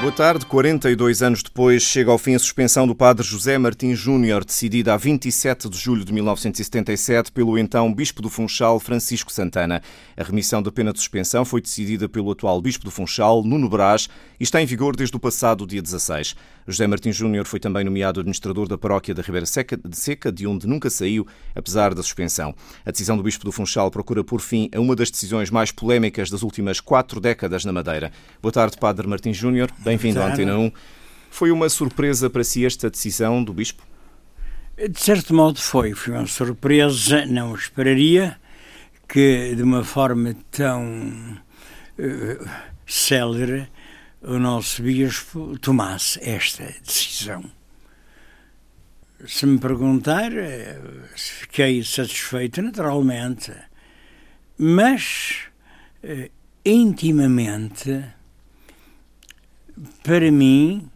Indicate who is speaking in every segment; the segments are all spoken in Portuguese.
Speaker 1: Boa tarde. 42 anos depois, chega ao fim a suspensão do padre José Martins Júnior, decidida a 27 de julho de 1977 pelo então Bispo do Funchal, Francisco Santana. A remissão da pena de suspensão foi decidida pelo atual Bispo do Funchal, Nuno Brás, e está em vigor desde o passado dia 16. José Martins Júnior foi também nomeado administrador da paróquia da Ribeira Seca, de onde nunca saiu, apesar da suspensão. A decisão do Bispo do Funchal procura pôr fim a uma das decisões mais polémicas das últimas 4 décadas na Madeira. Boa tarde, Padre Martins Júnior. Bem-vindo à Antena 1. Foi uma surpresa para si esta decisão do Bispo?
Speaker 2: De certo modo foi uma surpresa. Não esperaria que de uma forma tão célere o nosso Bispo tomasse esta decisão. Se me perguntar, fiquei satisfeito naturalmente, mas intimamente, para mim,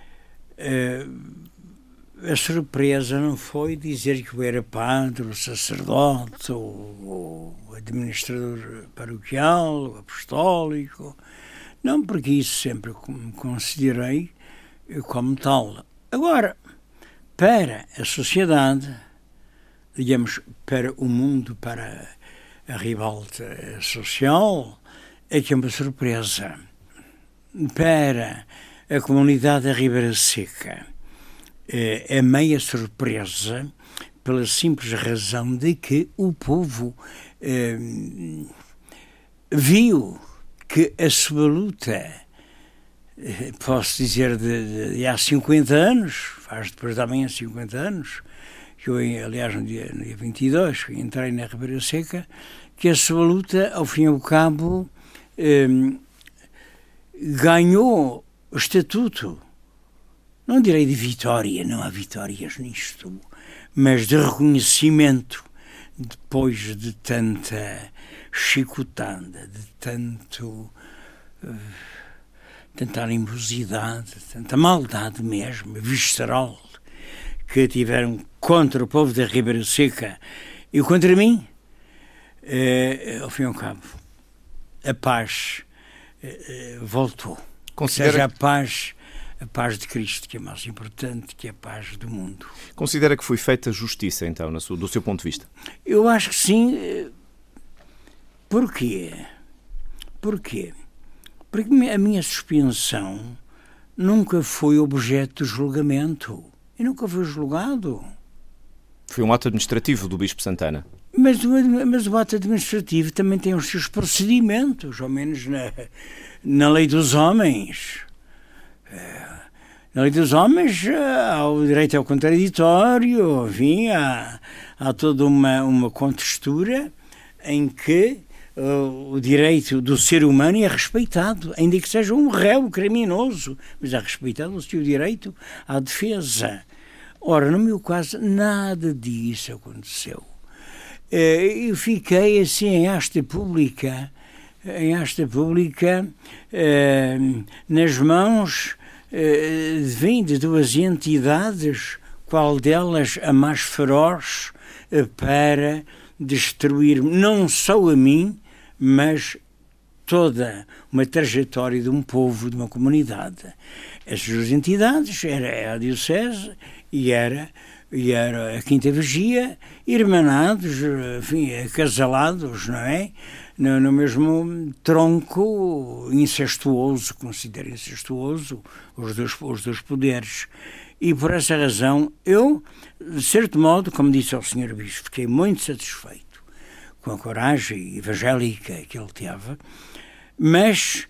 Speaker 2: a surpresa não foi dizer que eu era padre, ou sacerdote, ou administrador paroquial, ou apostólico. Não, porque isso sempre me considerei como tal. Agora, para a sociedade, digamos, para o mundo, para a ribalta social, é que é uma surpresa. Para a comunidade da Ribeira Seca, é meia surpresa pela simples razão de que o povo viu que a sua luta, posso dizer, de há 50 anos, faz depois da manhã 50 anos, que eu, aliás, no dia 22, que entrei na Ribeira Seca, que a sua luta, ao fim e ao cabo, ganhou o estatuto, não direi de vitória, não há vitórias nisto, mas de reconhecimento, depois de tanta chicotada, de tanta animosidade, tanta maldade mesmo, visceral, que tiveram contra o povo da Ribeira Seca e contra mim, ao fim e ao cabo, a paz voltou. Seja a paz de Cristo, que é mais importante que a paz do mundo.
Speaker 1: Considera que foi feita justiça, então, do seu ponto de vista?
Speaker 2: Eu acho que sim. Porquê? Porque a minha suspensão nunca foi objeto de julgamento. Eu nunca fui julgado.
Speaker 1: Foi um ato administrativo do Bispo Santana.
Speaker 2: Mas o ato administrativo também tem os seus procedimentos, ao menos na lei dos homens. Na lei dos homens há o direito ao contraditório, enfim, há toda uma contextura em que o direito do ser humano é respeitado, ainda que seja um réu criminoso, mas é respeitado o seu direito à defesa. Ora, no meu caso, nada disso aconteceu. Eu fiquei assim em asta pública, nas mãos de duas entidades, qual delas a mais feroz para destruir não só a mim, mas toda uma trajetória de um povo, de uma comunidade. Essas duas entidades era a Diocese e era a Quinta Vigia, irmanados, enfim, acasalados, não é? No mesmo tronco incestuoso, considero incestuoso os dois poderes. E por essa razão eu, de certo modo, como disse ao Sr. Bispo, fiquei muito satisfeito com a coragem evangélica que ele teve, mas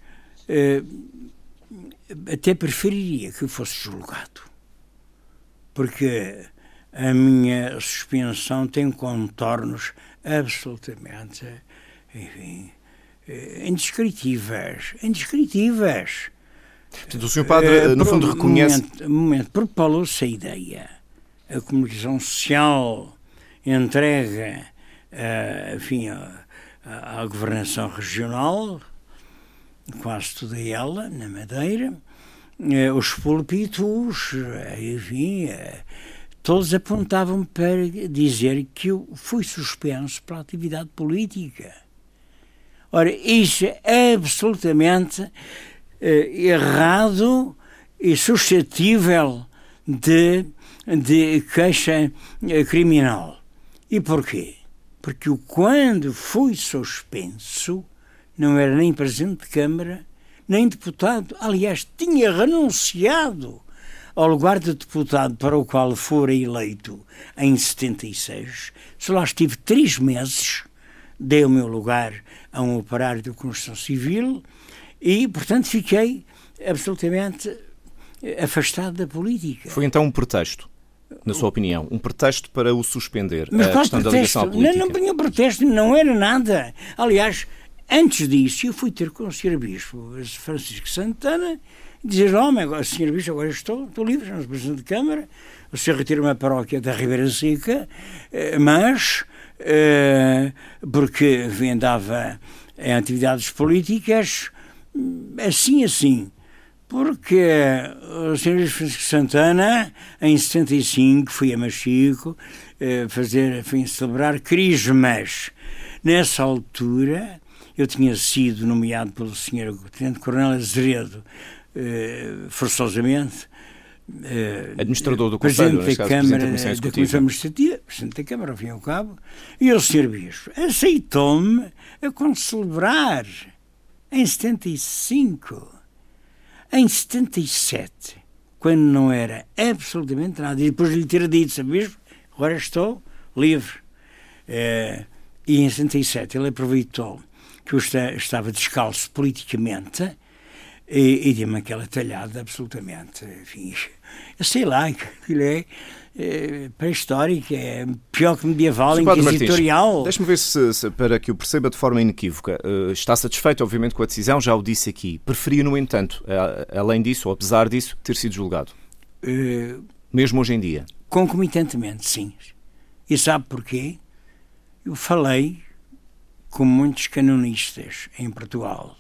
Speaker 2: até preferiria que fosse julgado, porque a minha suspensão tem contornos absolutamente, enfim, indescritíveis.
Speaker 1: Portanto, o Sr. Padre, no fundo, reconhece...
Speaker 2: Propalou-se a ideia. A comunicação social entrega, enfim, à governação regional, quase toda ela, na Madeira, os púlpitos, enfim, todos apontavam para dizer que eu fui suspenso pela atividade política. Ora, isso é absolutamente errado e suscetível de queixa criminal. E porquê? Porque quando fui suspenso, não era nem presidente de Câmara, nem deputado. Aliás, tinha renunciado ao lugar de deputado para o qual fora eleito em 76. Só lá estive 3 meses, dei o meu lugar a um operário da construção civil e, portanto, fiquei absolutamente afastado da política.
Speaker 1: Foi então um pretexto, na sua opinião, um pretexto para o suspender?
Speaker 2: Mas
Speaker 1: a questão da ligação à política?
Speaker 2: Não tinha pretexto, não era nada. Aliás, antes disso, eu fui ter com o Sr. Bispo Francisco Santana e dizer: Sr. Bispo, agora estou livre, sou Presidente de Câmara, o senhor retira-me a paróquia da Ribeira Seca, mas porque andava em atividades políticas, assim, porque o Sr. Bispo Francisco Santana, em 75, fui a Machico celebrar crismas. Nessa altura, eu tinha sido nomeado pelo Sr. Tenente Coronel Azeredo, forçosamente,
Speaker 1: administrador do Conselho,
Speaker 2: Presidente da Câmara, da Comissão Administrativa, Presidente da Câmara, ao fim e ao cabo, e o Sr. Bispo aceitou-me a concelebrar em 75. Em 77, quando não era absolutamente nada, e depois de lhe ter dito: Bispo, agora estou livre. E em 77 ele aproveitou que eu estava descalço politicamente e deu-me aquela talhada absolutamente, enfim, eu sei lá, aquilo é pré-histórico, é pior que medieval, inquisitorial.
Speaker 1: Deixe-me ver se, para que eu perceba de forma inequívoca, está satisfeito, obviamente, com a decisão, já o disse aqui. Preferia, no entanto, além disso, ou apesar disso, ter sido julgado? Mesmo hoje em dia? Concomitantemente,
Speaker 2: sim. E sabe porquê? Eu falei com muitos canonistas em Portugal,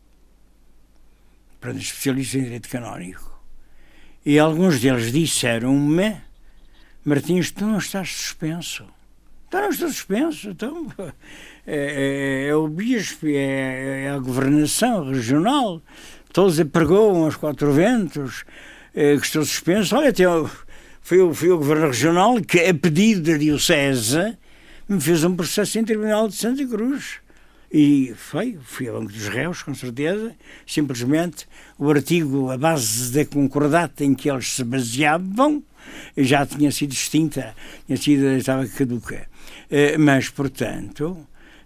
Speaker 2: para especialistas em direito canónico, e alguns deles disseram-me: Martins, tu não estás suspenso. Então não estou suspenso. Então, é o bispo, é a governação regional. Todos apregoam aos 4 ventos que estou suspenso. Olha, foi o governo regional que, a pedido da diocese, me fez um processo em tribunal de Santa Cruz. E fui ao banco dos réus, com certeza. Simplesmente o artigo, a base da concordata em que eles se baseavam, já tinha sido extinta, estava caduca. Mas, portanto,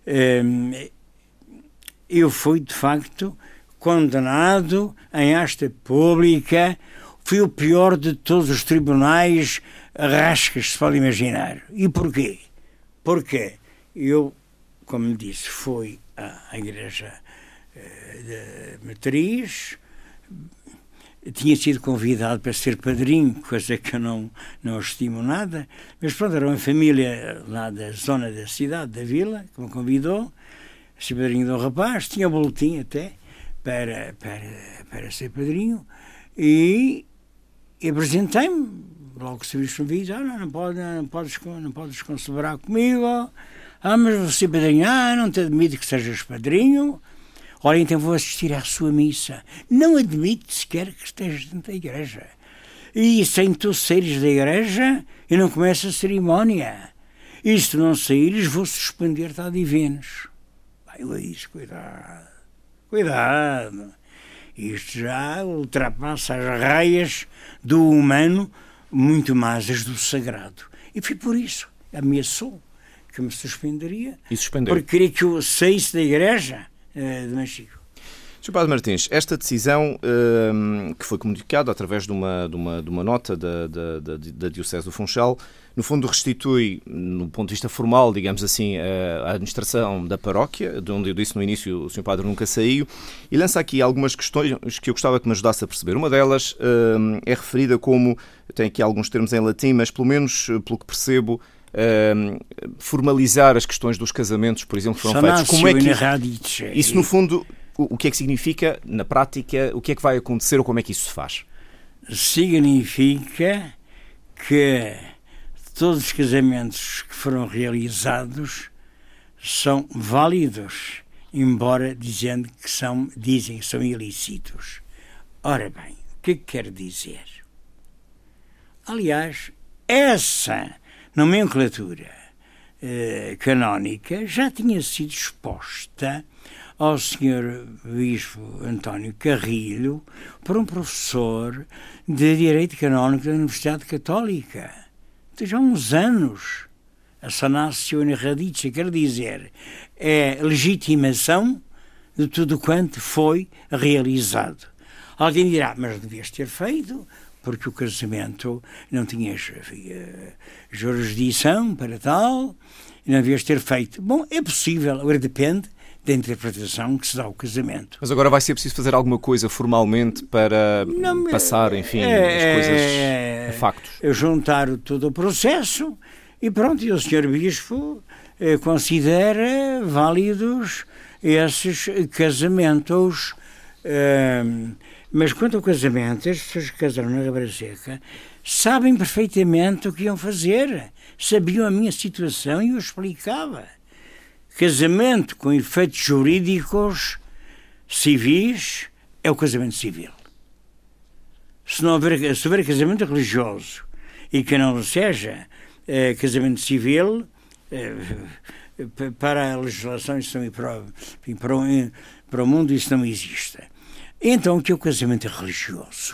Speaker 2: eu fui, de facto, condenado em asta pública. Fui o pior de todos os tribunais rascas que se pode imaginar. E porquê? Porque eu, como lhe disse, fui à igreja de Matriz, tinha sido convidado para ser padrinho, coisa que eu não estimo nada, mas pronto, era uma família lá da zona da cidade, da vila, que me convidou a ser padrinho de um rapaz, tinha boletim até para ser padrinho, e apresentei-me, logo que o serviço me disse: não podes concelebrar comigo, mas você padrinho, não te admito que sejas padrinho. Ora, então vou assistir à sua missa. Não admito sequer que estejas dentro da igreja. E sem tu saíres da igreja, eu não começo a cerimónia. E se tu não saíres, vou suspender-te a divinos. Eu disse: cuidado. Isto já ultrapassa as raias do humano, muito mais as do sagrado. E foi por isso. Ameaçou que me suspenderia.
Speaker 1: E suspendeu.
Speaker 2: Porque queria que eu saísse da igreja de Machico.
Speaker 1: Sr. Padre Martins, esta decisão que foi comunicada através de uma nota da Diocese do Funchal, no fundo restitui, no ponto de vista formal, digamos assim, a administração da paróquia, de onde eu disse no início o Sr. Padre nunca saiu, e lança aqui algumas questões que eu gostava que me ajudasse a perceber. Uma delas é referida como, tem aqui alguns termos em latim, mas pelo menos, pelo que percebo, formalizar as questões dos casamentos, por exemplo, que foram feitos. Como é que isso, no fundo, o que é que significa na prática? O que é que vai acontecer ou como é que isso se faz?
Speaker 2: Significa que todos os casamentos que foram realizados são válidos embora dizem que são ilícitos. Ora bem, o que é que quer dizer? Aliás, essa nomenclatura canónica já tinha sido exposta ao Sr. Bispo António Carrilho por um professor de Direito Canónico da Universidade Católica. Já há uns anos. A sonatio in radice, quer dizer, é legitimação de tudo quanto foi realizado. Alguém dirá, mas devias ter feito, porque o casamento não tinha jurisdição para tal, não devias ter feito. Bom, é possível, agora depende da interpretação que se dá ao casamento.
Speaker 1: Mas agora vai ser preciso fazer alguma coisa formalmente para passar, enfim, as coisas a factos.
Speaker 2: Juntar todo o processo e pronto, e o Sr. Bispo considera válidos esses casamentos. Mas quanto ao casamento, as pessoas que casaram na Ribeira Seca sabem perfeitamente o que iam fazer, sabiam a minha situação e eu explicava. Casamento com efeitos jurídicos civis é o casamento civil. Se houver casamento religioso e que não seja casamento civil, para a legislação isso não, para o mundo isso não existe. Então, o que é o casamento religioso?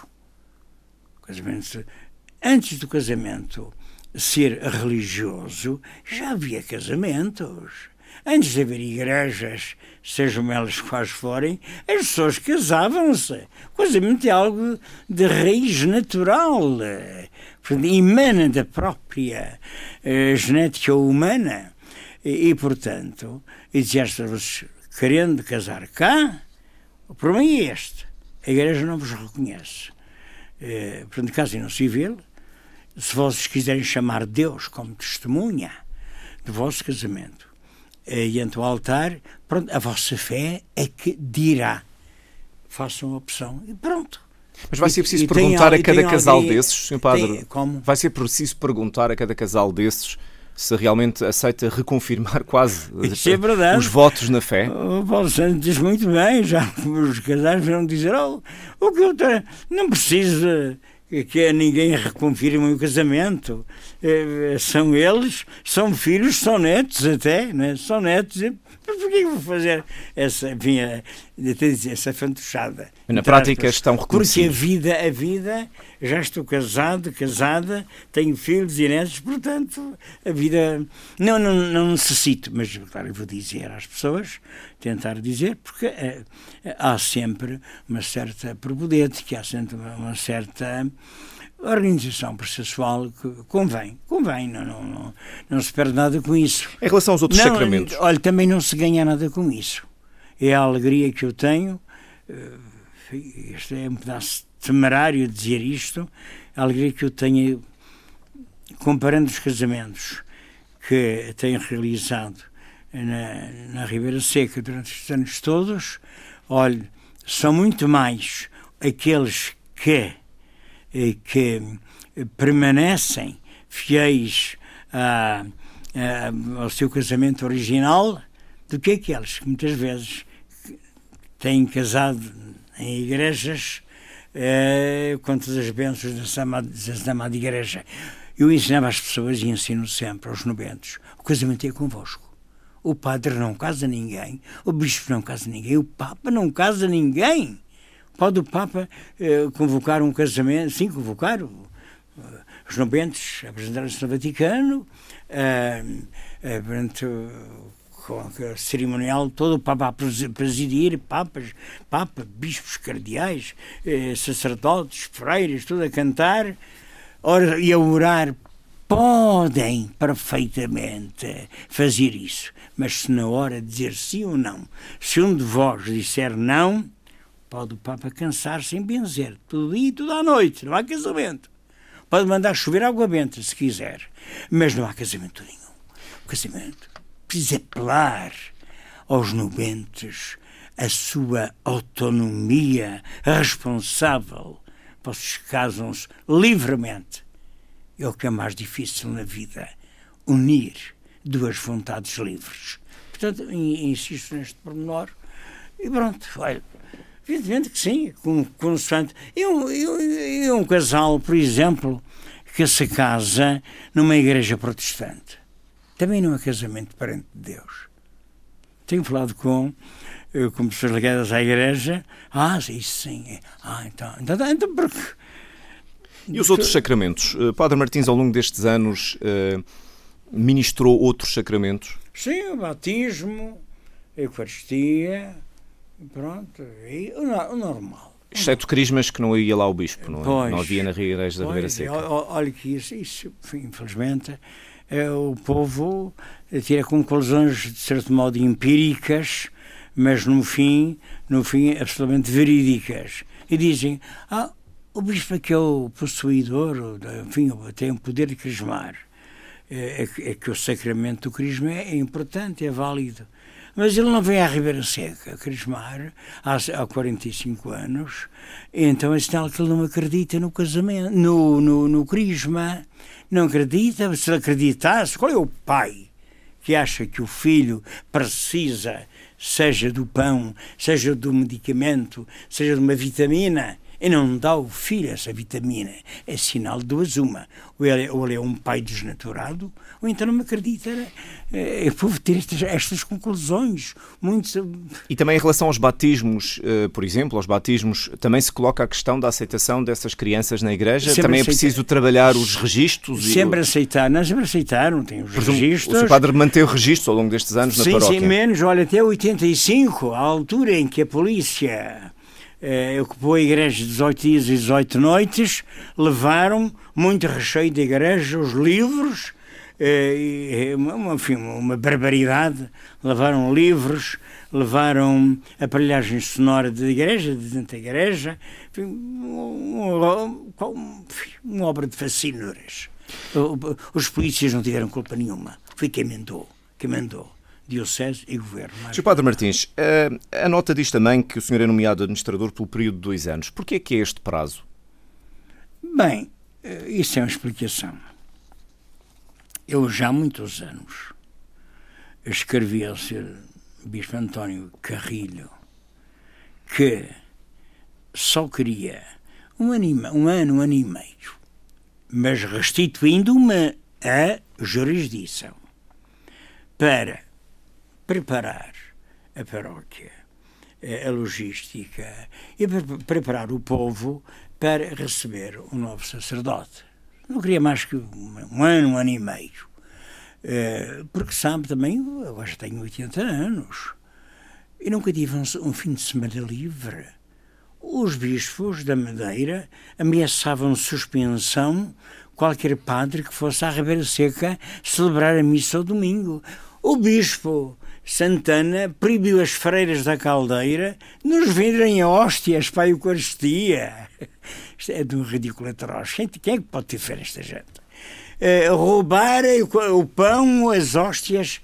Speaker 2: Antes do casamento ser religioso, já havia casamentos. Antes de haver igrejas, sejam elas quais forem, as pessoas casavam-se. O casamento é algo de raiz natural, emana da própria genética humana. E portanto, dizia-se, querendo casar cá, o problema é este. A igreja não vos reconhece. Portanto, casem no civil. Se vocês quiserem chamar Deus como testemunha do vosso casamento, e ante o altar, pronto, a vossa fé é que dirá. Façam a opção e pronto.
Speaker 1: Mas vai ser preciso perguntar a cada casal desses, Sr. Padre? Vai ser preciso perguntar a cada casal desses se realmente aceita reconfirmar quase os votos na fé?
Speaker 2: O Paulo Santos diz muito bem, já os casais vão dizer, o que eu não preciso que ninguém reconfirme o casamento. São eles, são filhos, são netos até, né? São netos. Mas por que eu vou fazer essa fantochada?
Speaker 1: Na prática estão reconhecidos.
Speaker 2: Porque a vida, já estou casada, tenho filhos e netos, portanto, a vida não necessito. Mas, claro, eu vou dizer às pessoas, tentar dizer, porque há sempre uma certa probudética, há sempre uma certa organização processual que convém, não se perde nada com isso.
Speaker 1: Em relação aos outros sacramentos?
Speaker 2: Olha, também não se ganha nada com isso. É a alegria que eu tenho, isto é um pedaço temerário dizer isto, a alegria que eu tenho comparando os casamentos que tenho realizado na Ribeira Seca durante estes anos todos, olha, são muito mais aqueles que permanecem fiéis ao seu casamento original do que aqueles que muitas vezes têm casado em igrejas com todas as bênçãos da amada igreja. Eu ensinava às pessoas e ensino sempre aos noventos: o casamento é convosco. O padre não casa ninguém, o bispo não casa ninguém, o papa não casa ninguém. Pode o Papa convocar um casamento, sim, convocar os noventos, apresentar-se no Vaticano, com o cerimonial todo, o Papa a presidir, Papa, bispos, cardeais, sacerdotes, freiras, tudo a cantar e a orar. Podem perfeitamente fazer isso, mas se na hora de dizer sim ou não, se um de vós disser não, pode o Papa cansar-se em benzer, tudo dia e tudo à noite, não há casamento. Pode mandar chover água benta, se quiser, mas não há casamento nenhum. O casamento precisa apelar aos nobentes a sua autonomia responsável. Vocês casam-se livremente. É o que é mais difícil na vida, unir duas vontades livres. Portanto, insisto neste pormenor. E pronto, olha, evidentemente que sim, consoante. E um casal, por exemplo, que se casa numa igreja protestante. Também não é casamento perante Deus. Tenho falado com pessoas ligadas à igreja. Isso sim. Então porque...
Speaker 1: E os outros sacramentos? Padre Martins, ao longo destes anos, ministrou outros sacramentos?
Speaker 2: Sim, o batismo, a Eucaristia, pronto, o normal.
Speaker 1: Exceto crismas que não ia lá o bispo, não é?
Speaker 2: Pois,
Speaker 1: não havia na igreja da Ribeira Seca.
Speaker 2: Olha que isso infelizmente, o povo tira conclusões, de certo modo, empíricas, mas no fim absolutamente verídicas. E dizem, o bispo é que é o possuidor, enfim, tem o poder de crismar. É que o sacramento do crisma é importante, é válido. Mas ele não vem à Ribeira Seca a crismar há 45 anos, então é sinal que ele não acredita no casamento, no crisma. Não acredita. Se ele acreditasse, qual é o pai que acha que o filho precisa, seja do pão, seja do medicamento, seja de uma vitamina, e não dá ao filho essa vitamina? É sinal de duas uma. Ou ele é um pai desnaturado, ou então não me acredita. É povo ter estas conclusões.
Speaker 1: E também em relação aos batismos, por exemplo, aos batismos, também se coloca a questão da aceitação dessas crianças na igreja? Também é preciso trabalhar os registros?
Speaker 2: Sempre aceitaram, tem os registros.
Speaker 1: O seu padre manteve registros ao longo destes anos na paróquia?
Speaker 2: Sim, menos, olha, até 85, a altura em que a polícia... ocupou a igreja 18 dias e 18 noites, levaram muito recheio da igreja, os livros, uma barbaridade, levaram livros, levaram aparelhagem sonora da igreja, de dentro da igreja, uma obra de fascinuras. Os polícias não tiveram culpa nenhuma, foi quem mandou. Diocese e Governo.
Speaker 1: Sr. Padre Martins, a nota diz também que o senhor é nomeado administrador pelo período de 2 anos. Porquê é que é este prazo?
Speaker 2: Bem, isso é uma explicação. Eu já há muitos anos escrevi ao Sr. Bispo António Carrilho que só queria um ano e meio, mas restituindo-me a jurisdição para preparar a paróquia, a logística e preparar o povo para receber um novo sacerdote. Não queria mais que um ano e meio. Porque sabe também, eu já tenho 80 anos e nunca tive um fim de semana livre. Os bispos da Madeira ameaçavam suspensão qualquer padre que fosse à Ribeira Seca celebrar a missa ao domingo. O bispo Santana proibiu as freiras da Caldeira de nos venderem hóstias para a Eucaristia. Isto é de um ridículo atroz. Quem é que pode ter fé nesta gente? Roubar o pão, as hóstias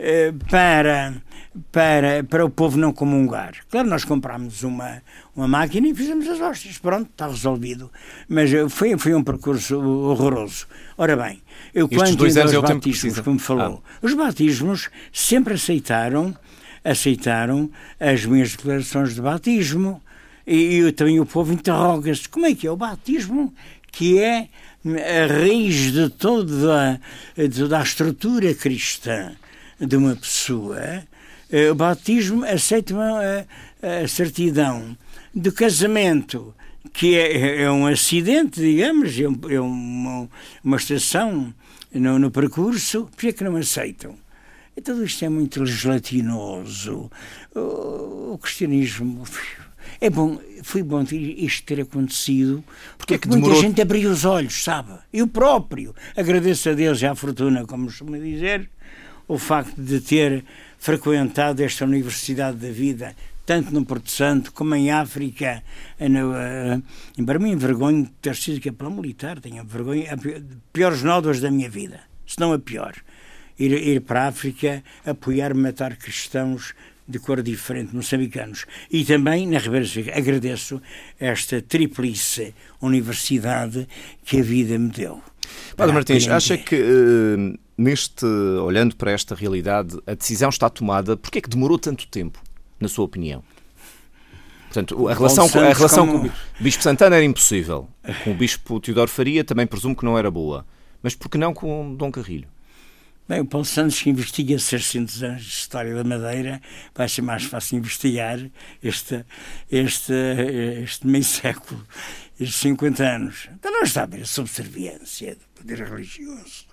Speaker 2: para o povo não comungar. Claro, nós comprámos uma máquina e fizemos as hóstias. Pronto, está resolvido. Mas foi um percurso horroroso. Ora bem,
Speaker 1: Estes 2 anos é o tempo que precisa.
Speaker 2: Como falou, os batismos sempre aceitaram as minhas declarações de batismo e também o povo interroga-se como é que é o batismo, que é a raiz de toda a estrutura cristã de uma pessoa. O batismo aceita a certidão de casamento, que é um acidente, digamos, é uma estação no percurso. Por que não aceitam? E tudo isto é muito legislatinoso. O cristianismo é bom, foi bom isto ter acontecido, porque muita gente abriu os olhos, sabe? Eu próprio agradeço a Deus e à fortuna, como costuma dizer, o facto de ter frequentado esta Universidade da Vida, tanto no Porto Santo como em África. Para mim, envergonho de ter sido capelão militar, tenho vergonha, piores nódoas da minha vida, se não a pior. Ir para a África apoiar matar cristãos de cor diferente, moçambicanos. E também na Ribeira Seca agradeço esta tríplice universidade que a vida me deu.
Speaker 1: Padre Martins, acha que olhando para esta realidade, a decisão está tomada. Porquê é que demorou tanto tempo, na sua opinião? Portanto, a relação com o Bispo Santana era impossível. Com o Bispo Teodoro Faria também presumo que não era boa. Mas por que não com Dom Carrilho?
Speaker 2: Bem, o Paulo Santos, que investiga 600 anos de história da Madeira, vai ser mais fácil investigar este meio século, estes 50 anos. Então não está a ver a subserviência do poder religioso.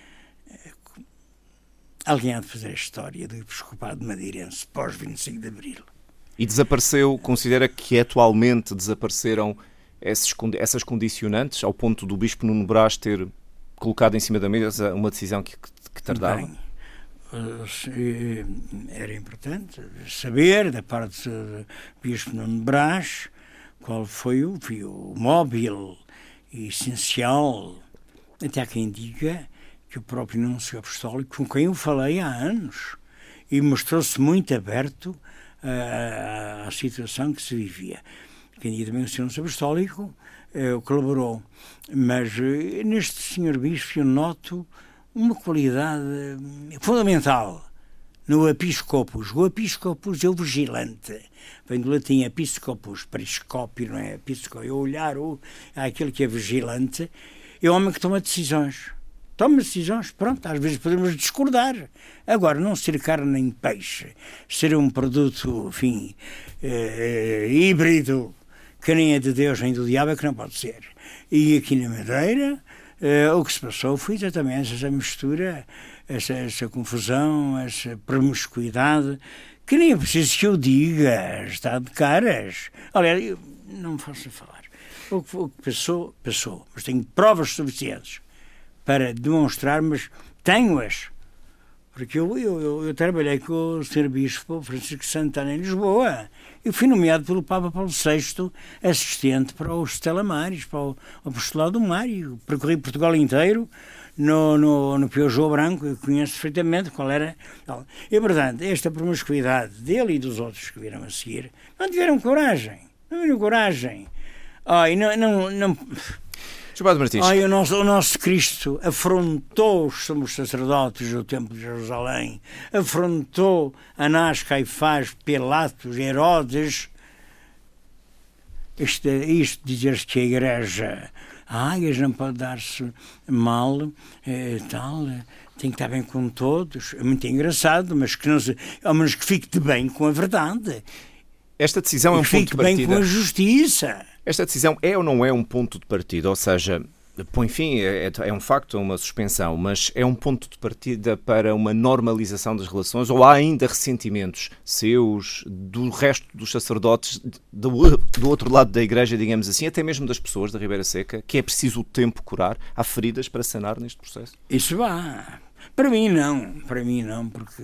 Speaker 2: Alguém há de fazer a história do episcopado madeirense pós 25 de Abril.
Speaker 1: E considera que atualmente desapareceram essas condicionantes, ao ponto do Bispo Nuno Brás ter colocado em cima da mesa uma decisão que tardava?
Speaker 2: Bem, era importante saber, da parte do Bispo Nuno Brás, qual foi o móvel e essencial. Até há quem diga que o próprio Núncio Apostólico, com quem eu falei há anos, e mostrou-se muito aberto à situação que se vivia. Quem diga também o Sr. Núncio Apostólico colaborou. Mas neste Sr. Bispo eu noto uma qualidade fundamental no episcopus. O episcopus é o vigilante. Vem do latim episcopus, periscópio, não é? Episcopus, é olhar aquele que é vigilante. É o homem que toma decisões. Toma decisões, pronto, às vezes podemos discordar. Agora, não ser carne nem peixe, ser um produto, enfim, híbrido, que nem é de Deus nem do diabo, é que não pode ser. E aqui na Madeira, o que se passou foi exatamente essa mistura, essa confusão, essa promiscuidade, que nem é preciso que eu diga, está de caras. Aliás, eu não me faço falar. O que passou, mas tenho provas suficientes para demonstrar, mas tenho-as. Porque eu trabalhei com o Sr. Bispo Francisco Santana em Lisboa. Eu fui nomeado pelo Papa Paulo VI assistente para os Stella Maris, para o apostolado do Mário. Percorri Portugal inteiro no Peugeot branco, eu conheço perfeitamente qual era. É verdade, esta promiscuidade dele e dos outros que vieram a seguir não tiveram coragem. Não tiveram coragem. Não
Speaker 1: Martins.
Speaker 2: O nosso Cristo afrontou os sumos sacerdotes do Templo de Jerusalém, afrontou Anás, Caifás, Pilatos, Herodes. Isto dizer-se que a Igreja não pode dar-se mal, tem que estar bem com todos. É muito engraçado, mas ao menos que fique de bem com a verdade.
Speaker 1: Esta decisão é um ponto de partida.
Speaker 2: Fique bem com a justiça.
Speaker 1: Esta decisão é ou não é um ponto de partida? Ou seja, enfim, é um facto, é uma suspensão, mas é um ponto de partida para uma normalização das relações, ou há ainda ressentimentos seus, do resto dos sacerdotes, do outro lado da Igreja, digamos assim, até mesmo das pessoas da Ribeira Seca, que é preciso o tempo curar? Há feridas para sanar neste processo?
Speaker 2: Isso vá. Para mim não, porque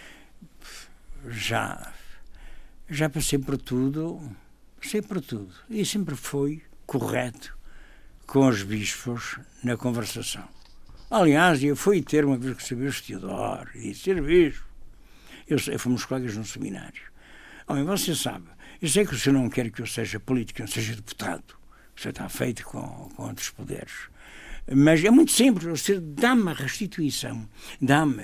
Speaker 2: já passei por tudo, e sempre foi correto com os bispos na conversação. Aliás, eu fui ter uma vez que sabia o Teodoro e disse: Ser bispo. Fomos colegas no seminário. Você sabe, eu sei que o senhor não quer que eu seja político, que eu seja deputado. Isso está feito com outros poderes. Mas é muito simples, o senhor dá-me a restituição, dá-me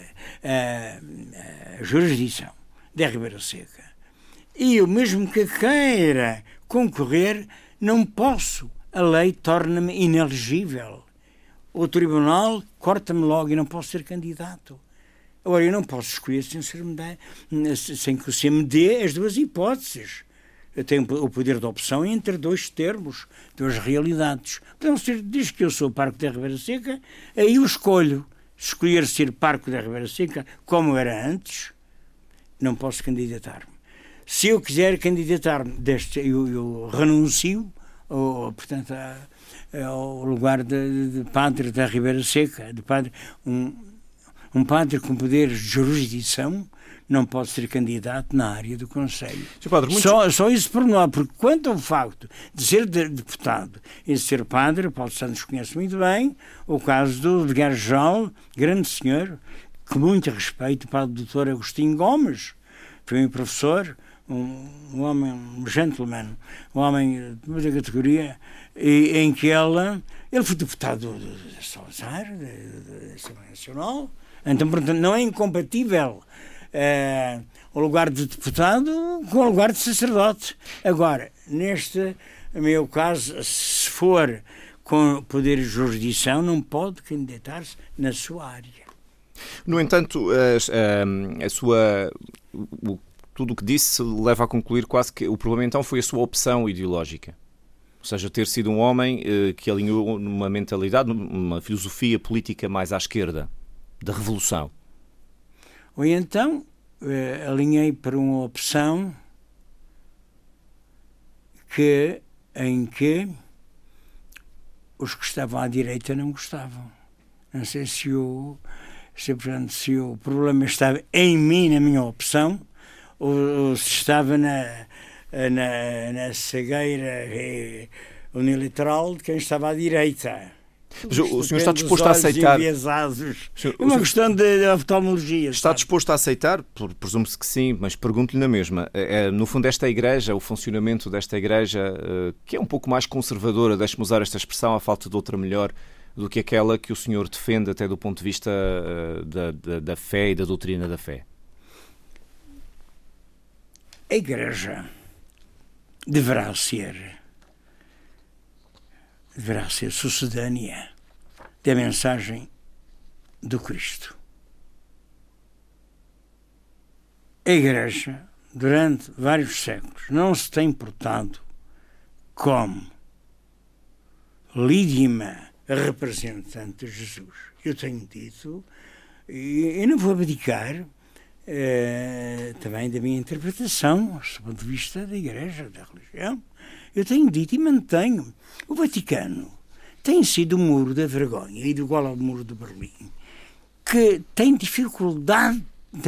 Speaker 2: a jurisdição da Ribeira Seca. E eu, mesmo que queira concorrer, não posso. A lei torna-me inelegível. O tribunal corta-me logo e não posso ser candidato. Agora, eu não posso escolher sem que o senhor me dê as duas hipóteses. Eu tenho o poder de opção entre dois termos, duas realidades. Então, se diz que eu sou parco da Ribeira Seca, aí eu escolho. Escolher ser parco da Ribeira Seca, como era antes, não posso candidatar-me. Se eu quiser candidatar-me, eu renuncio, portanto, ao lugar de padre da Ribeira Seca, de padre, um padre com poderes de jurisdição não pode ser candidato na área do Conselho. Só isso por nós, porque quanto ao facto de ser deputado e de ser padre, Paulo Santos conhece muito bem o caso do vigário-geral, grande senhor, com muito respeito, para o doutor Agostinho Gomes, foi um professor, um homem, um gentleman, um homem de muita categoria, em que ele foi deputado de Salazar, da Assembleia Nacional, Então, portanto, não é incompatível o lugar de deputado com o lugar de sacerdote. Agora, neste meu caso, se for com poder de jurisdição, não pode candidatar-se na sua área.
Speaker 1: No entanto, tudo o que disse leva a concluir quase que o problema então foi a sua opção ideológica. Ou seja, ter sido um homem que alinhou numa mentalidade, numa filosofia política mais à esquerda, da revolução.
Speaker 2: Ou então, alinhei para uma opção em que os que estavam à direita não gostavam. Não sei se o problema estava em mim, na minha opção, ou se estava na cegueira unilateral de quem estava à direita.
Speaker 1: Mas o senhor está disposto a aceitar?
Speaker 2: É uma questão de oftalmologia.
Speaker 1: Está disposto a aceitar? Presume-se que sim, mas pergunto-lhe na mesma. No fundo, esta igreja, o funcionamento desta igreja, que é um pouco mais conservadora, deixe-me usar esta expressão, à falta de outra melhor, do que aquela que o senhor defende até do ponto de vista da fé e da doutrina da fé.
Speaker 2: A igreja deverá ser sucedânea da mensagem do Cristo. A igreja, durante vários séculos, não se tem portado como legítima representante de Jesus. Eu tenho dito, e não vou abdicar também da minha interpretação, do ponto de vista da igreja, da religião. Eu tenho dito e mantenho. O Vaticano tem sido o muro da vergonha, igual ao muro de Berlim, que tem dificultado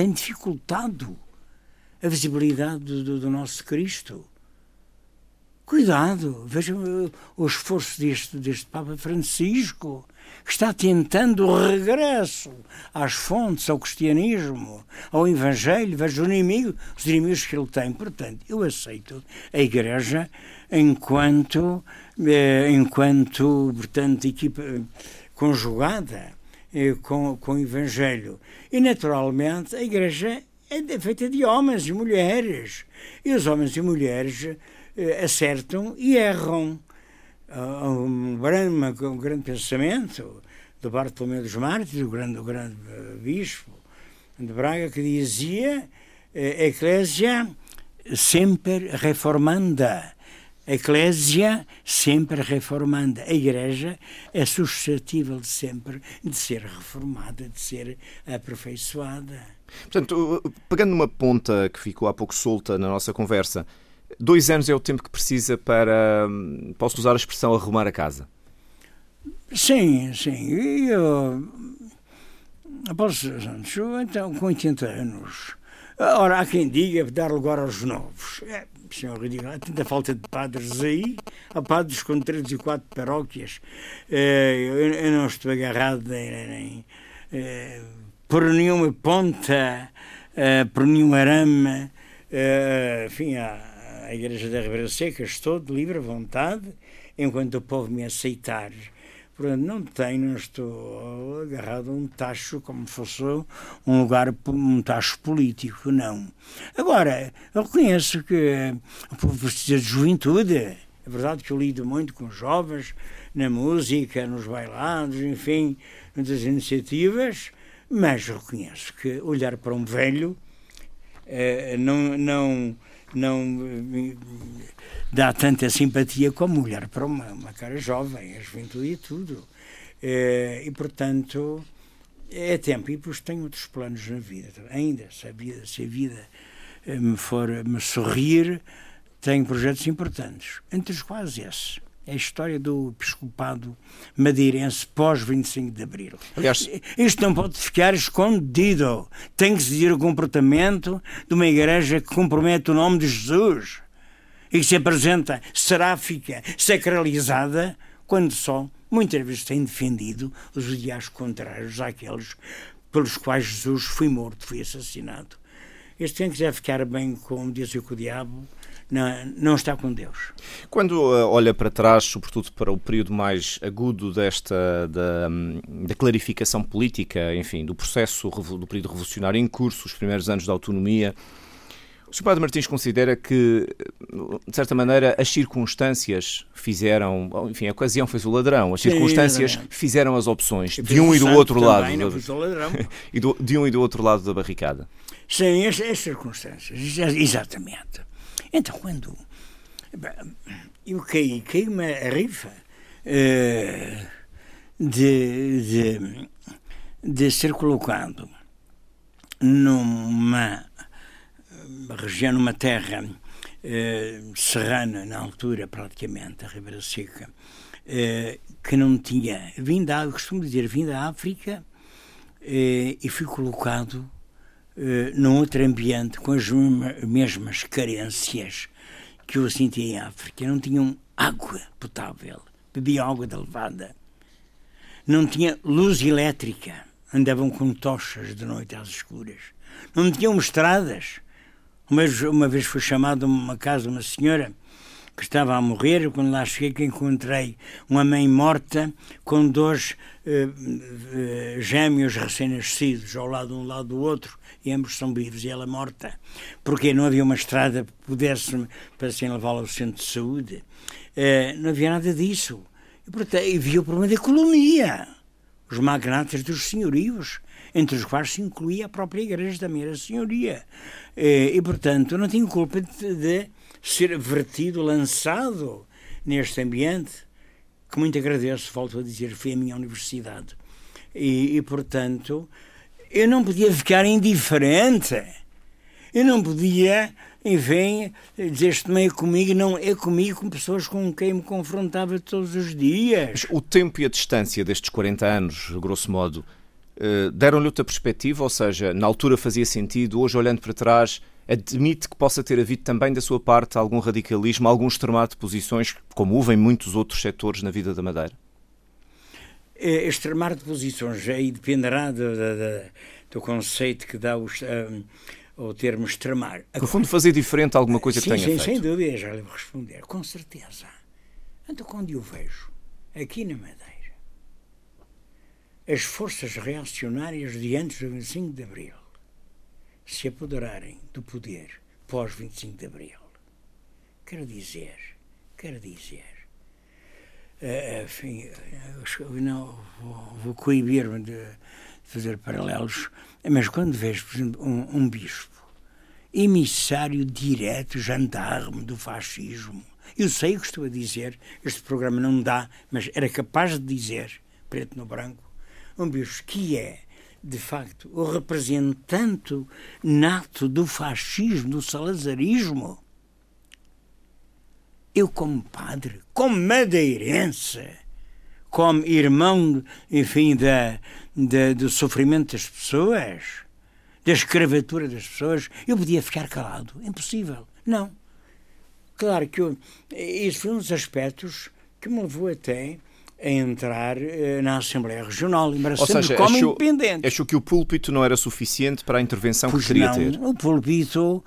Speaker 2: a visibilidade do nosso Cristo. Cuidado, veja o esforço deste Papa Francisco, que está tentando o regresso às fontes, ao cristianismo, ao Evangelho, veja os inimigos que ele tem. Portanto, eu aceito a Igreja enquanto portanto, equipa conjugada com o Evangelho. E, naturalmente, a Igreja é feita de homens e mulheres. E os homens e mulheres acertam e erram. Um grande pensamento do Bartolomeu dos Mártires, o grande bispo de Braga, que dizia Ecclesia sempre reformanda. Eclésia sempre reformanda. A Igreja é suscetível sempre de ser reformada, de ser aperfeiçoada.
Speaker 1: Portanto, pegando numa ponta que ficou há pouco solta na nossa conversa, 2 anos é o tempo que precisa para, posso usar a expressão, arrumar a casa?
Speaker 2: Sim. Após os anos, então, com 80 anos. Ora, há quem diga dar lugar aos novos. Isso é ridículo. Há tanta falta de padres aí. Há padres com 3 e 4 paróquias. Eu não estou agarrado por nenhuma ponta, por nenhum arame. Enfim, a Igreja da Ribeira Seca, estou de livre vontade, enquanto o povo me aceitar. Portanto, não estou agarrado a um tacho como fosse um tacho político, não. Agora, eu reconheço que o povo precisa de juventude. É verdade que eu lido muito com jovens, na música, nos bailados, enfim, muitas iniciativas, mas reconheço que olhar para um velho não dá tanta simpatia como olhar para uma cara jovem, a juventude e tudo. E, portanto, é tempo. E depois tenho outros planos na vida. Ainda, se a vida me sorrir, tenho projetos importantes, entre os quais esse. É a história do episcopado madeirense pós-25 de Abril.
Speaker 1: Aliás,
Speaker 2: isto não pode ficar escondido. Tem que seguir o comportamento de uma igreja que compromete o nome de Jesus e que se apresenta seráfica, sacralizada, quando só, muitas vezes, tem defendido os ideais contrários àqueles pelos quais Jesus foi morto, foi assassinado. Quem quiser ficar bem, como diz o diabo, não está com Deus.
Speaker 1: Quando olha para trás, sobretudo para o período mais agudo da clarificação política, enfim, do processo do período revolucionário em curso, os primeiros anos da autonomia, o Sr. Padre Martins considera que, de certa maneira, as circunstâncias fizeram, enfim, a ocasião fez o ladrão, as circunstâncias fizeram as opções de um e do outro lado. De um e do outro lado da barricada.
Speaker 2: Sim, as circunstâncias, exatamente. Então, quando eu caí-me a rifa de ser colocado numa região, numa terra serrana, na altura, praticamente, a Ribeira Seca, que não tinha vindo, costumo dizer, vindo da África, e fui colocado num outro ambiente com as mesmas carências que eu sentia em África. Não tinham água potável, bebiam água da levada, não tinha luz elétrica, andavam com tochas de noite às escuras, não tinham estradas. Uma vez fui chamado a uma casa de uma senhora que estava a morrer. Quando lá cheguei, que encontrei uma mãe morta com dois gêmeos recém-nascidos ao lado um lado do outro, e ambos são vivos, e ela morta, porque não havia uma estrada que pudesse para assim levá-la ao centro de saúde. Não havia nada disso. E, portanto, havia o problema da economia, os magnatas dos senhorios, entre os quais se incluía a própria igreja, também era senhoria. E, portanto, não tenho culpa de ser vertido, lançado neste ambiente, que muito agradeço, volto a dizer, foi a minha universidade. E, portanto, eu não podia ficar indiferente. Eu não podia, enfim, dizer isto não é comigo, não é comigo, com pessoas com quem me confrontava todos os dias.
Speaker 1: Mas o tempo e a distância destes 40 anos, grosso modo, deram-lhe outra perspectiva? Ou seja, na altura fazia sentido, hoje olhando para trás, admite que possa ter havido também da sua parte algum radicalismo, algum extremar de posições, como houve em muitos outros setores na vida da Madeira?
Speaker 2: Extremar de posições aí dependerá do conceito que dá o termo extremar.
Speaker 1: No fundo, fazer diferente alguma coisa que tenha feito.
Speaker 2: Sem dúvida, já lhe vou responder, com certeza. Então, quando eu vejo aqui na Madeira as forças reacionárias de antes do 25 de Abril se apoderarem do poder pós 25 de Abril, quero dizer, enfim, não vou coibir-me de fazer paralelos, mas quando vejo, por exemplo, um bispo, emissário direto, gendarme do fascismo, eu sei o que estou a dizer, este programa não dá, mas era capaz de dizer, preto no branco, um bispo que é, de facto, o representante nato do fascismo, do salazarismo. Eu, como padre, como madeirense, como irmão, enfim, do sofrimento das pessoas, da escravatura das pessoas, eu podia ficar calado. Impossível. Não. Claro que isso foi um dos aspectos que me levou até a entrar na Assembleia Regional, embaraçando como independente.
Speaker 1: Achou que o púlpito não era suficiente para a intervenção que queria ter?
Speaker 2: O púlpito,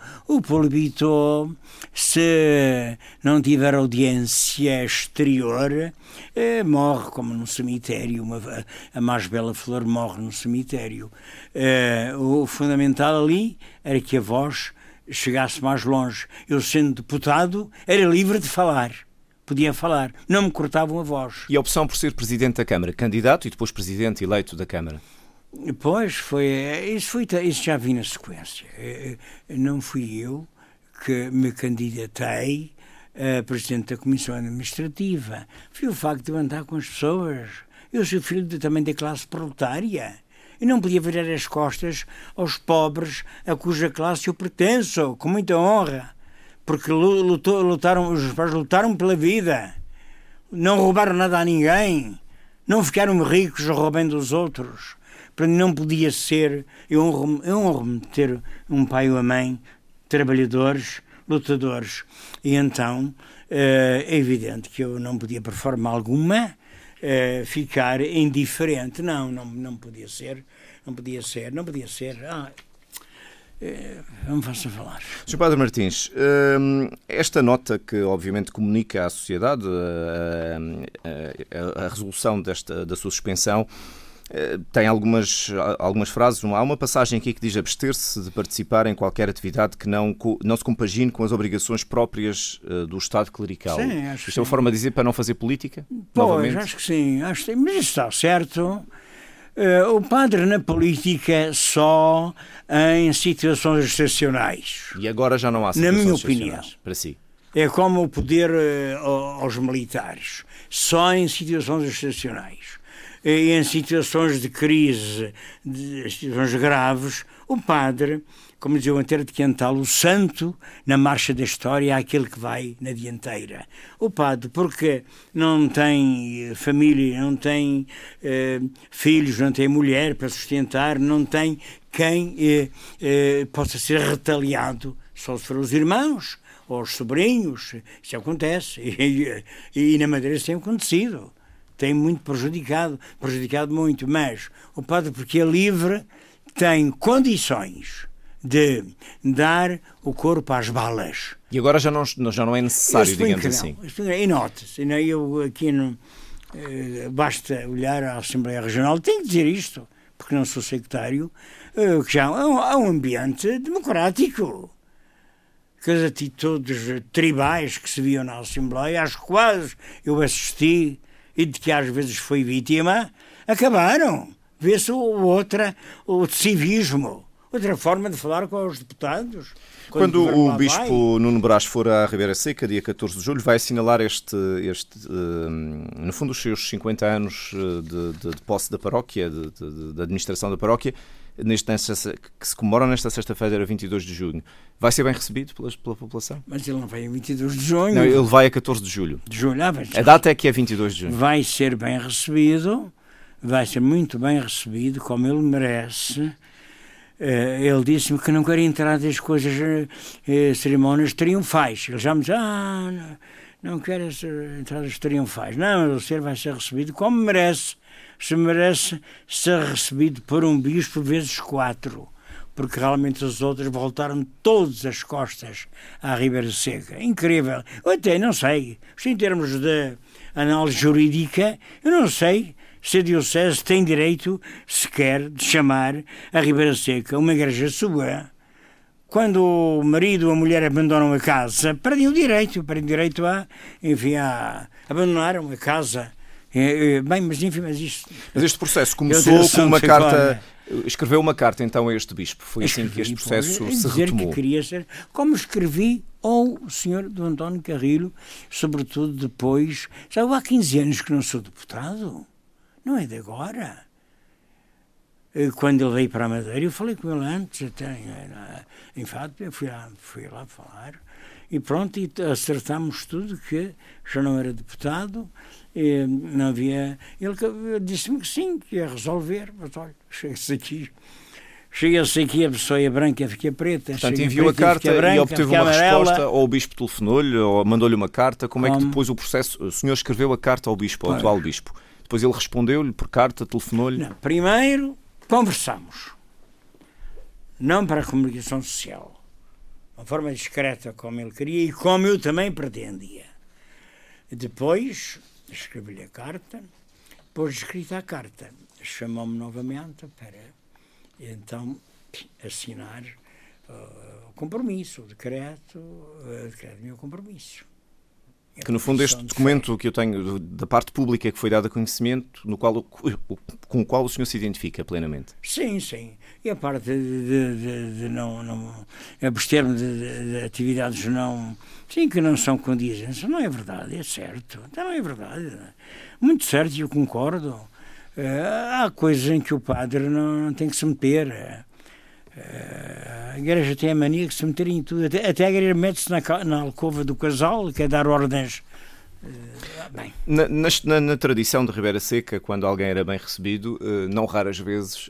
Speaker 2: se não tiver audiência exterior, morre como num cemitério. A mais bela flor morre no cemitério. O fundamental ali era que a voz chegasse mais longe. Eu, sendo deputado, era livre de falar. Podia falar, não me cortavam a voz.
Speaker 1: E a opção por ser Presidente da Câmara, candidato e depois Presidente eleito da Câmara?
Speaker 2: Pois, isso já vi na sequência. Não fui eu que me candidatei a Presidente da Comissão Administrativa. Foi o facto de andar com as pessoas. Eu sou filho também da classe proletária. Eu não podia virar as costas aos pobres a cuja classe eu pertenço, com muita honra. Porque os pais lutaram pela vida, não roubaram nada a ninguém, não ficaram ricos roubando os outros. Para não podia ser, eu honro-me de ter um pai e uma mãe, trabalhadores, lutadores. E então é evidente que eu não podia, por forma alguma, ficar indiferente. Não podia ser. não me faça falar.
Speaker 1: Sr. Padre Martins, esta nota que obviamente comunica à sociedade a resolução da sua suspensão tem algumas frases. Há uma passagem aqui que diz abster-se de participar em qualquer atividade que não se compagine com as obrigações próprias do Estado clerical.
Speaker 2: Sim, acho que
Speaker 1: isto é uma forma de dizer para não fazer política?
Speaker 2: Pois,
Speaker 1: novamente?
Speaker 2: acho que sim, mas isso está certo. O padre na política só em situações excepcionais.
Speaker 1: E agora já não há situações
Speaker 2: Na minha
Speaker 1: excepcionais,
Speaker 2: opinião.
Speaker 1: para si?
Speaker 2: É como o poder aos militares. Só em situações excepcionais. E em situações de crise, de situações graves, o padre, como dizia o Antero de Quental, o santo na marcha da história é aquele que vai na dianteira. O padre, porque não tem família, não tem filhos, não tem mulher para sustentar, não tem quem possa ser retaliado, só se for os irmãos ou os sobrinhos. Isso acontece. E na Madeira isso tem acontecido. Tem muito prejudicado muito, mas o padre, porque é livre, tem condições de dar o corpo às balas.
Speaker 1: E agora já não é necessário, digamos assim.
Speaker 2: E note-se, eu aqui não, basta olhar à Assembleia Regional, tenho que dizer isto, porque não sou secretário, que já há um ambiente democrático. Que as atitudes tribais que se viam na Assembleia, às quais eu assisti, e de que às vezes foi vítima, acabaram. Vê-se o civismo, outra forma de falar com os deputados.
Speaker 1: Quando o Bispo Nuno Brás for à Ribeira Seca, dia 14 de julho, vai assinalar no fundo, os seus 50 anos de posse da paróquia, de administração da paróquia, que se comemoram nesta sexta-feira, 22 de junho. Vai ser bem recebido pela população?
Speaker 2: Mas ele não vai a 22 de junho.
Speaker 1: Não, ele vai a 14 de julho. A data é que é 22 de junho.
Speaker 2: Vai ser bem recebido, vai ser muito bem recebido, como ele merece. Ele disse-me que não quer entrar das coisas, cerimónias triunfais. Ele já me disse, não quero entradas triunfais. Não, ele vai ser recebido como merece. Se merece ser recebido por um bispo vezes 4, porque realmente os outros voltaram todas as costas à Ribeira Seca. Incrível. Eu até não sei, em termos de análise jurídica, eu não sei se a Diocese tem direito sequer de chamar a Ribeira Seca uma igreja sua. Quando o marido ou a mulher abandonam a casa, perdem o direito a abandonar uma casa. Bem, mas enfim, mas isto...
Speaker 1: Mas este processo começou com uma carta... Escreveu uma carta então a este bispo. Foi assim que este processo se retomou.
Speaker 2: Que queria ser, como escrevi ao Sr. D. António Carrilho, sobretudo depois... Já há 15 anos que não sou deputado. Não é de agora. Quando ele veio para a Madeira, eu falei com ele antes, até em fato, eu fui lá falar, e pronto, e acertámos tudo que já não era deputado, e não havia... Ele disse-me que sim, que ia resolver, mas olha, chega-se aqui, a pessoa é branca, fica preta.
Speaker 1: Portanto, enviou a carta e obteve uma resposta, ou o bispo telefonou-lhe, ou mandou-lhe uma carta. Como é que depois o processo... O senhor escreveu a carta ao bispo, ao atual bispo. Depois ele respondeu-lhe por carta, telefonou-lhe?
Speaker 2: Não, primeiro conversamos. Não para a comunicação social. Uma forma discreta como ele queria e como eu também pretendia. Depois escrevi-lhe a carta. Depois de escrita a carta, chamou-me novamente para então assinar o compromisso, o decreto do meu compromisso.
Speaker 1: Que no fundo este documento que eu tenho da parte pública que foi dado a conhecimento, com o qual o senhor se identifica plenamente.
Speaker 2: Sim, sim. E a parte de não abster-me de atividades que não são condizentes. Não é verdade, é certo. Não é verdade. Muito certo, e eu concordo. Há coisas em que o padre não tem que se meter. A igreja tem a mania de se meter em tudo. Até a igreja mete-se na alcova do casal, que é dar ordens. Bem.
Speaker 1: Na tradição de Ribeira Seca, quando alguém era bem recebido, não raras vezes,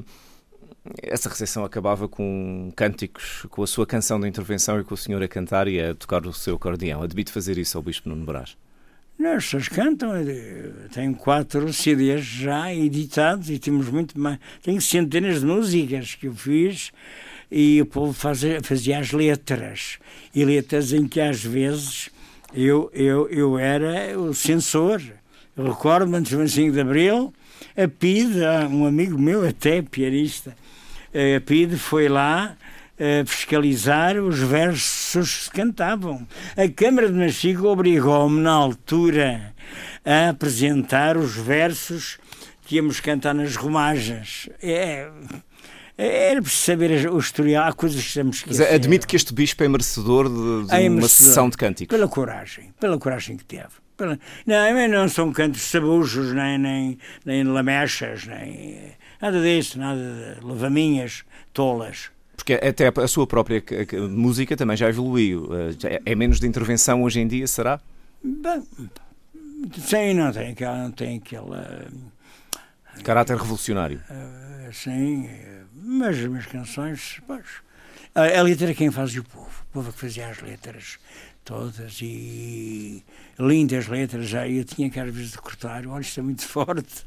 Speaker 1: essa recepção acabava com cânticos, com a sua canção de intervenção e com o senhor a cantar e a tocar o seu acordeão. Admite fazer isso ao Bispo Nuno Brás?
Speaker 2: Não, as pessoas cantam. Tenho 4 CDs já editados e temos muito mais. Tenho centenas de músicas que eu fiz e o povo fazia as letras, e letras em que às vezes eu era o censor. Eu recordo-me, antes do 25 de Abril, a PIDE, um amigo meu, até pianista, a PIDE foi lá fiscalizar os versos que se cantavam. A Câmara de Machico obrigou-me, na altura, a apresentar os versos que íamos cantar nas romagens. Era preciso saber o historial, há coisas que estamos esquecendo.
Speaker 1: Mas admite que este bispo é merecedor de uma sessão de cânticos?
Speaker 2: Pela coragem que teve. Não são cantos sabujos, nem lamechas, nem nada disso, nada de lavaminhas tolas.
Speaker 1: Porque até a sua própria música também já evoluiu. É menos de intervenção hoje em dia, será?
Speaker 2: Bem, sim, não tem aquela
Speaker 1: caráter revolucionário.
Speaker 2: Sim, mas as minhas canções, pois, a letra é quem faz o povo que fazia as letras todas, e lindas letras. Já eu tinha que às vezes cortar, olha, isto é muito forte,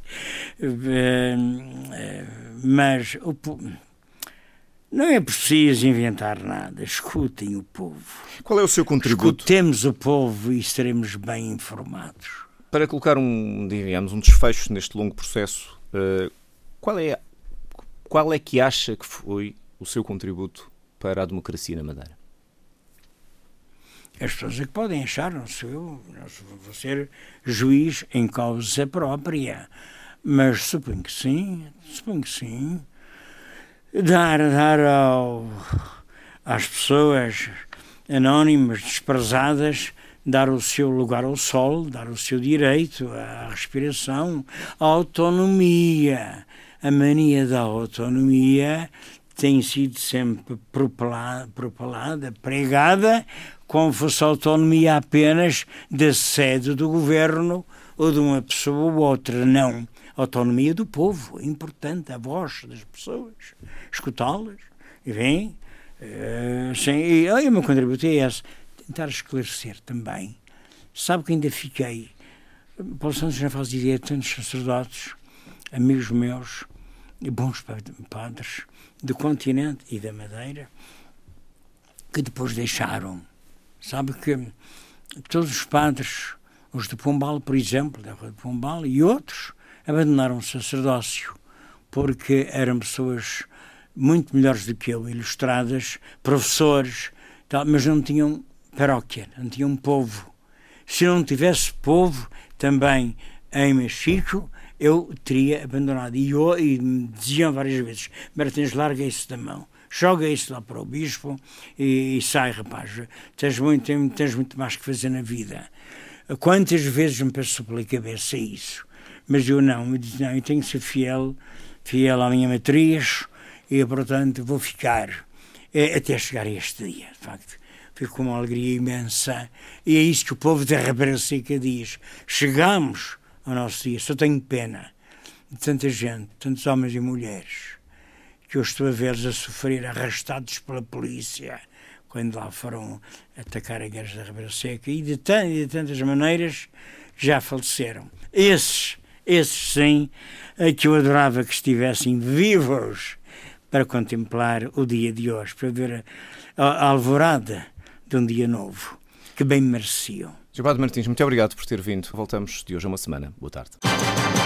Speaker 2: mas não é preciso inventar nada, escutem o povo.
Speaker 1: Qual é o seu contributo?
Speaker 2: Escutemos o povo e estaremos bem informados.
Speaker 1: Para colocar um desfecho neste longo processo, qual é que acha que foi o seu contributo para a democracia na Madeira?
Speaker 2: As pessoas é que podem achar, não sou eu, vou ser juiz em causa própria, mas suponho que sim. Dar às pessoas anónimas, desprezadas, dar o seu lugar ao sol, dar o seu direito à respiração, à autonomia. A mania da autonomia tem sido sempre propalada, pregada, como fosse a autonomia apenas da sede do governo ou de uma pessoa ou outra. Não. A autonomia do povo é importante, a voz das pessoas, escutá-las. E vem, e o meu contributo é esse, tentar esclarecer também. Sabe que ainda fiquei, Paulo Santos já faz ideia de tantos sacerdotes, amigos meus, e bons padres do continente e da Madeira, que depois deixaram. Sabe que todos os padres, os de Pombal, por exemplo, da Rua de Pombal, e outros, abandonaram o sacerdócio, porque eram pessoas muito melhores do que eu, ilustradas, professores, tal, mas não tinham paróquia, não tinham povo. Se não tivesse povo também em Machico, eu teria abandonado. E me diziam várias vezes: Martins, larga isso da mão, joga isso lá para o bispo e sai, rapaz, tens muito mais que fazer na vida. Quantas vezes me passou pela cabeça isso? Mas eu disse, não, eu tenho que ser fiel à minha matriz, e portanto vou ficar até chegar a este dia. De facto, fico com uma alegria imensa, e é isso que o povo da Ribeira Seca diz: chegamos ao nosso dia. Só tenho pena de tanta gente, tantos homens e mulheres, que eu estou a vê-los a sofrer, arrastados pela polícia, quando lá foram atacar a igreja da Ribeira Seca, e de tantas maneiras que já faleceram. Esses sim, que eu adorava que estivessem vivos para contemplar o dia de hoje, para ver a alvorada de um dia novo, que bem mereciam.
Speaker 1: Sr. Padre Martins, muito obrigado por ter vindo. Voltamos de hoje a uma semana. Boa tarde.